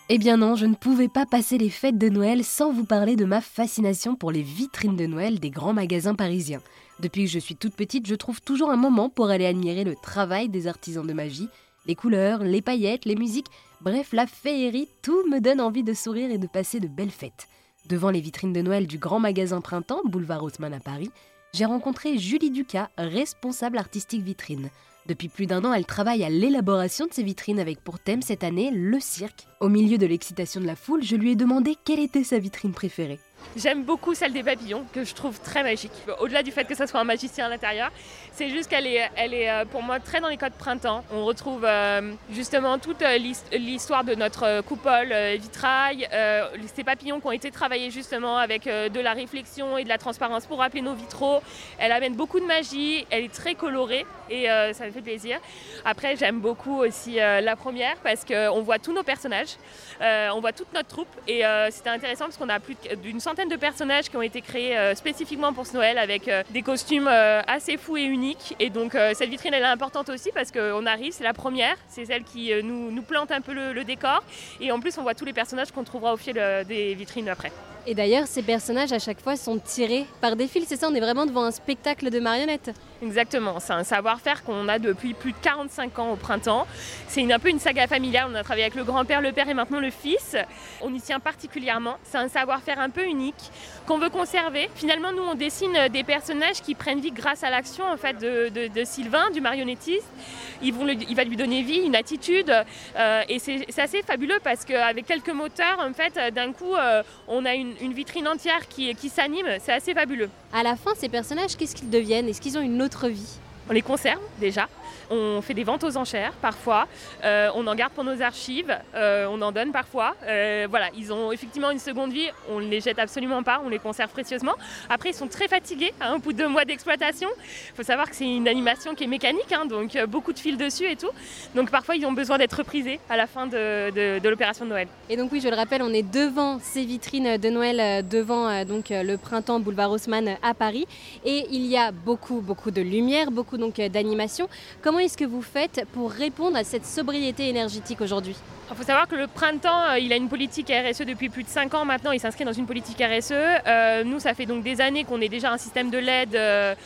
Eh bien non, je ne pouvais pas passer les fêtes de Noël sans vous parler de ma fascination pour les vitrines de Noël des grands magasins parisiens. Depuis que je suis toute petite, je trouve toujours un moment pour aller admirer le travail des artisans de magie, les couleurs, les paillettes, les musiques, bref, la féerie, tout me donne envie de sourire et de passer de belles fêtes. Devant les vitrines de Noël du grand magasin Printemps, boulevard Haussmann à Paris, j'ai rencontré Julie Ducas, responsable artistique vitrine. Depuis plus d'1 an, elle travaille à l'élaboration de ces vitrines avec pour thème cette année le cirque. Au milieu de l'excitation de la foule, je lui ai demandé quelle était sa vitrine préférée. J'aime beaucoup celle des papillons, que je trouve très magique. Au-delà du fait que ça soit un magicien à l'intérieur, c'est juste qu'elle est pour moi très dans les codes printemps. On retrouve justement toute l'histoire de notre coupole vitrail, ces papillons qui ont été travaillés justement avec de la réflexion et de la transparence pour rappeler nos vitraux. Elle amène beaucoup de magie, elle est très colorée et ça me fait plaisir. Après, j'aime beaucoup aussi la première parce qu'on voit tous nos personnages, on voit toute notre troupe et c'était intéressant parce qu'on a plus d'une centaine de personnages qui ont été créés spécifiquement pour ce Noël avec des costumes assez fous et uniques. Et donc cette vitrine elle est importante aussi parce qu'on arrive, c'est la première, c'est celle qui nous plante un peu le décor. Et en plus on voit tous les personnages qu'on trouvera au fil des vitrines après. Et d'ailleurs, ces personnages à chaque fois sont tirés par des fils, c'est ça? On est vraiment devant un spectacle de marionnettes. Exactement, c'est un savoir-faire qu'on a depuis plus de 45 ans au printemps. C'est un peu une saga familiale, on a travaillé avec le grand-père, le père et maintenant le fils. On y tient particulièrement, c'est un savoir-faire un peu unique qu'on veut conserver. Finalement, nous on dessine des personnages qui prennent vie grâce à l'action en fait, de Sylvain, du marionnettiste. Il va lui donner vie, une attitude et c'est assez fabuleux parce qu'avec quelques moteurs, en fait, d'un coup, on a une vitrine entière qui s'anime, c'est assez fabuleux. À la fin, ces personnages, qu'est-ce qu'ils deviennent? Est-ce qu'ils ont une autre vie? On les conserve déjà, on fait des ventes aux enchères parfois, on en garde pour nos archives, on en donne parfois. Voilà, ils ont effectivement une seconde vie, on ne les jette absolument pas, on les conserve précieusement. Après, ils sont très fatigués au bout de 2 mois d'exploitation. Il faut savoir que c'est une animation qui est mécanique, donc beaucoup de fils dessus et tout. Donc parfois, ils ont besoin d'être reprisés à la fin de l'opération de Noël. Et donc oui, je le rappelle, on est devant ces vitrines de Noël, devant donc le Printemps boulevard Haussmann à Paris. Et il y a beaucoup de lumière, beaucoup donc d'animation. Comment est-ce que vous faites pour répondre à cette sobriété énergétique aujourd'hui? Il faut savoir que le printemps, il a une politique RSE depuis plus de 5 ans maintenant, il s'inscrit dans une politique RSE. Nous, ça fait donc des années qu'on est déjà un système de LED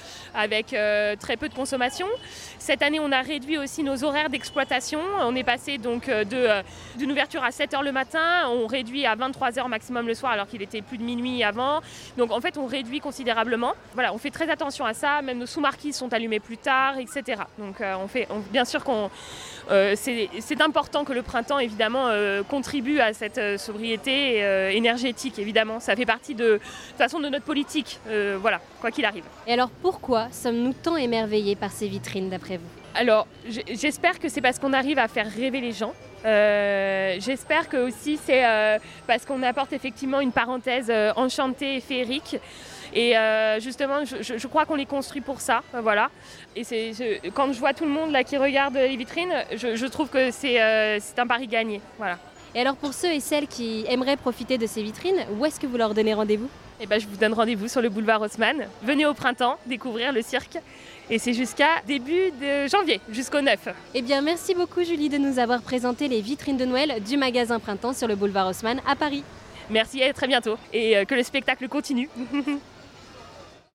avec très peu de consommation. Cette année, on a réduit aussi nos horaires d'exploitation. On est passé donc d'une ouverture à 7h le matin, on réduit à 23h maximum le soir alors qu'il était plus de minuit avant. Donc en fait, on réduit considérablement. Voilà, on fait très attention à ça, même nos sous-marquises sont allumées plus tard, etc. Donc bien sûr c'est important que le printemps évidemment contribue à cette sobriété énergétique évidemment. Ça fait partie de toute façon de notre politique, voilà, quoi qu'il arrive. Et alors pourquoi sommes-nous tant émerveillés par ces vitrines d'après vous? Alors j'espère que c'est parce qu'on arrive à faire rêver les gens. J'espère que aussi c'est parce qu'on apporte effectivement une parenthèse enchantée et féerique. Et justement, je crois qu'on les construit pour ça, voilà. Et quand je vois tout le monde là qui regarde les vitrines, je trouve que c'est un pari gagné, voilà. Et alors pour ceux et celles qui aimeraient profiter de ces vitrines, où est-ce que vous leur donnez rendez-vous? Je vous donne rendez-vous sur le boulevard Haussmann. Venez au printemps découvrir le cirque. Et c'est jusqu'à début de janvier, jusqu'au 9. Eh bien, merci beaucoup Julie de nous avoir présenté les vitrines de Noël du magasin Printemps sur le boulevard Haussmann à Paris. Merci, à très bientôt. Et que le spectacle continue.